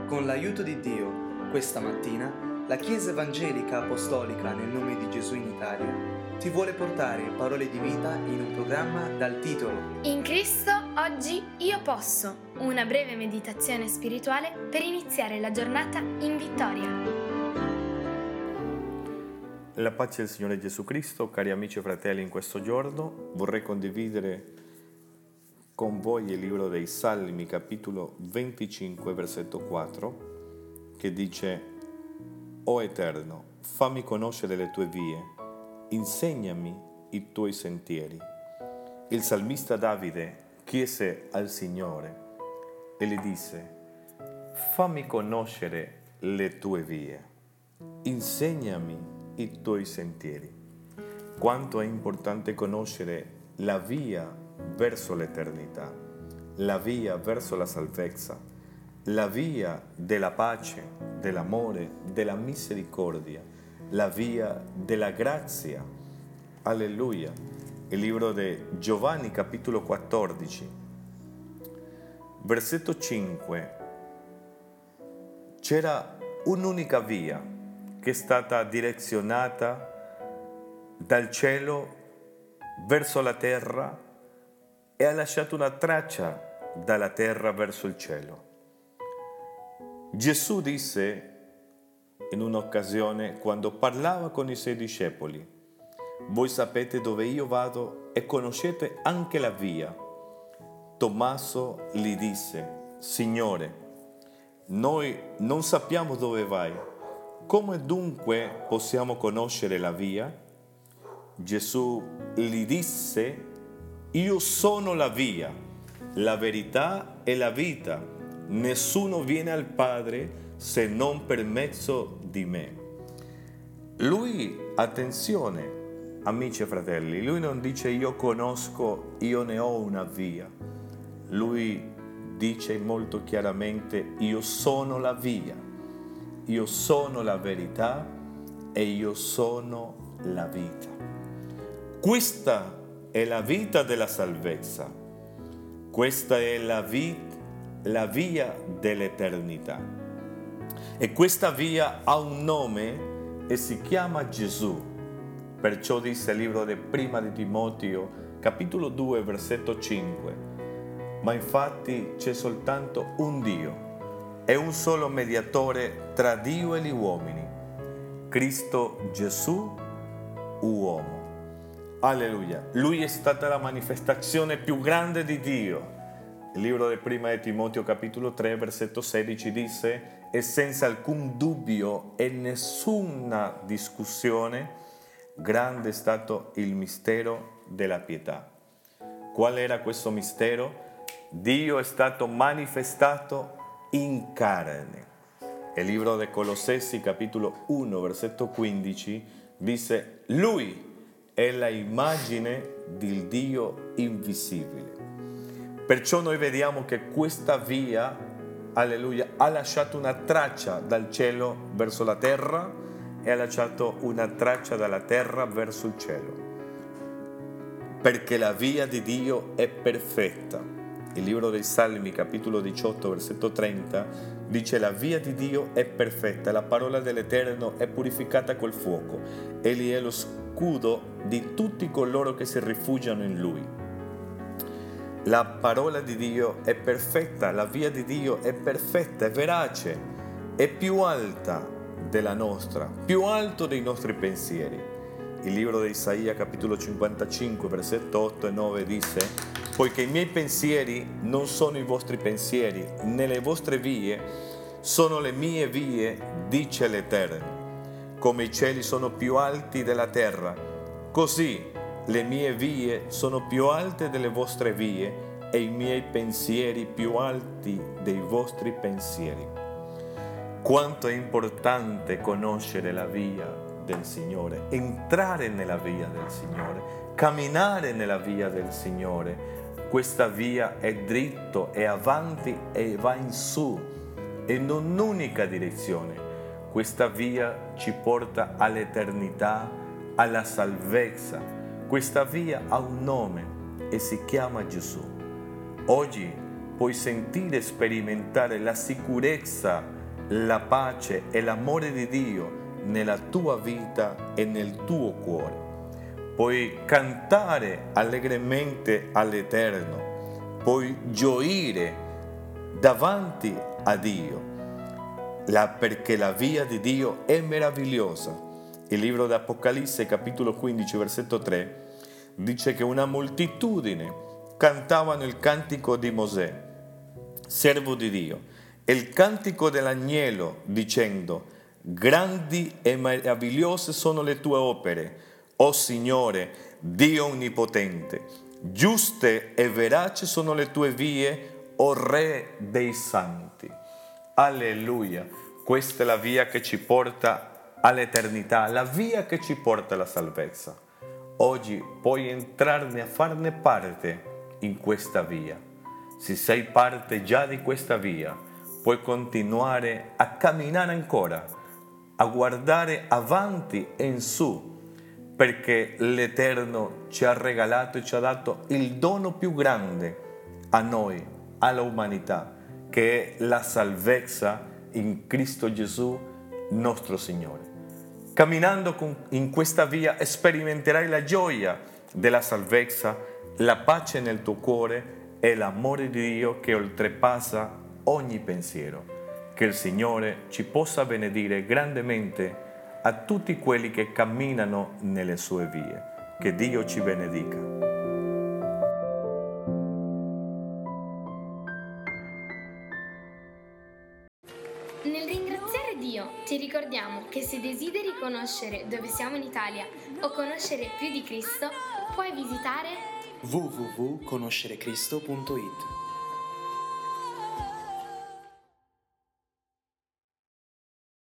Con l'aiuto di Dio, questa mattina, la Chiesa Evangelica Apostolica nel nome di Gesù in Italia ti vuole portare parole di vita in un programma dal titolo In Cristo oggi io posso, una breve meditazione spirituale per iniziare la giornata in vittoria. La pace del Signore Gesù Cristo, cari amici e fratelli, in questo giorno vorrei condividere con voi il libro dei Salmi, capitolo 25, versetto 4, che dice: O Eterno, fammi conoscere le tue vie, insegnami i tuoi sentieri. Il salmista Davide chiese al Signore e gli disse: fammi conoscere le tue vie, insegnami i tuoi sentieri. Quanto è importante conoscere la via verso l'eternità, la via verso la salvezza, la via della pace, dell'amore, della misericordia, la via della grazia. Alleluia. Il libro di Giovanni, capitolo 14, versetto 5. C'era un'unica via che è stata direzionata dal cielo verso la terra e ha lasciato una traccia dalla terra verso il cielo. Gesù disse in un'occasione, quando parlava con i suoi discepoli: voi sapete dove io vado e conoscete anche la via. Tommaso gli disse: Signore, noi non sappiamo dove vai, come dunque possiamo conoscere la via? Gesù gli disse: io sono la via, la verità e la vita. Nessuno viene al Padre se non per mezzo di me. Lui, attenzione, amici e fratelli, lui non dice io conosco, io ne ho una via. Lui dice molto chiaramente: io sono la via, io sono la verità e io sono la vita. Questa è la vita della salvezza. Questa è la via dell'eternità. E questa via ha un nome e si chiama Gesù. Perciò disse il libro di Prima di Timoteo, capitolo 2, versetto 5: ma infatti c'è soltanto un Dio e un solo mediatore tra Dio e gli uomini, Cristo Gesù, uomo. Alleluia. Lui è stata la manifestazione più grande di Dio. Il libro di Prima di Timoteo, capitolo 3, versetto 16 disse: e senza alcun dubbio e nessuna discussione, grande è stato il mistero della pietà. Qual era questo mistero? Dio è stato manifestato in carne. Il libro di Colossesi, capitolo 1, versetto 15 disse: Lui è la immagine del Dio invisibile. Perciò noi vediamo che questa via, alleluia, ha lasciato una traccia dal cielo verso la terra e ha lasciato una traccia dalla terra verso il cielo. Perché la via di Dio è perfetta. Il libro dei Salmi, capitolo 18, versetto 30, dice: la via di Dio è perfetta, la parola dell'Eterno è purificata col fuoco. Egli è lo scudo di tutti coloro che si rifugiano in Lui. La parola di Dio è perfetta, la via di Dio è perfetta, è verace, è più alta della nostra, più alto dei nostri pensieri. Il libro di Isaia, capitolo 55, versetto 8 e 9 disse: poiché i miei pensieri non sono i vostri pensieri, né le vostre vie sono le mie vie, dice l'Eterno. Come i cieli sono più alti della terra, così le mie vie sono più alte delle vostre vie e i miei pensieri più alti dei vostri pensieri. Quanto è importante conoscere la via del Signore, entrare nella via del Signore, camminare nella via del Signore. Questa via è dritto, è avanti e va in su, in un'unica direzione. Questa via ci porta all'eternità, alla salvezza. Questa via ha un nome e si chiama Gesù. Oggi puoi sentire e sperimentare la sicurezza la pace e l'amore di Dio nella tua vita e nel tuo cuore. Puoi cantare allegremente all'Eterno, puoi gioire davanti a Dio, perché la via di Dio è meravigliosa. Il libro d'Apocalisse, capitolo 15, versetto 3, dice che una moltitudine cantavano il cantico di Mosè, servo di Dio, e il cantico dell'agnello, dicendo: grandi e meravigliose sono le tue opere, o Signore, Dio onnipotente. Giuste e veraci sono le tue vie, o Re dei santi. Alleluia! Questa è la via che ci porta all'eternità, la via che ci porta alla salvezza. Oggi puoi entrarne a farne parte in questa via. Se sei parte già di questa via, puoi continuare a camminare ancora, a guardare avanti e in su, perché l'Eterno ci ha regalato e ci ha dato il dono più grande a noi, alla umanità, che è la salvezza in Cristo Gesù, nostro Signore. Camminando in questa via sperimenterai la gioia della salvezza, la pace nel tuo cuore e l'amore di Dio che oltrepassa ogni pensiero. Che il Signore ci possa benedire grandemente a tutti quelli che camminano nelle sue vie. Che Dio ci benedica. Nel ringraziare Dio ti ricordiamo che se desideri conoscere dove siamo in Italia o conoscere più di Cristo, puoi visitare www.conoscerecristo.it.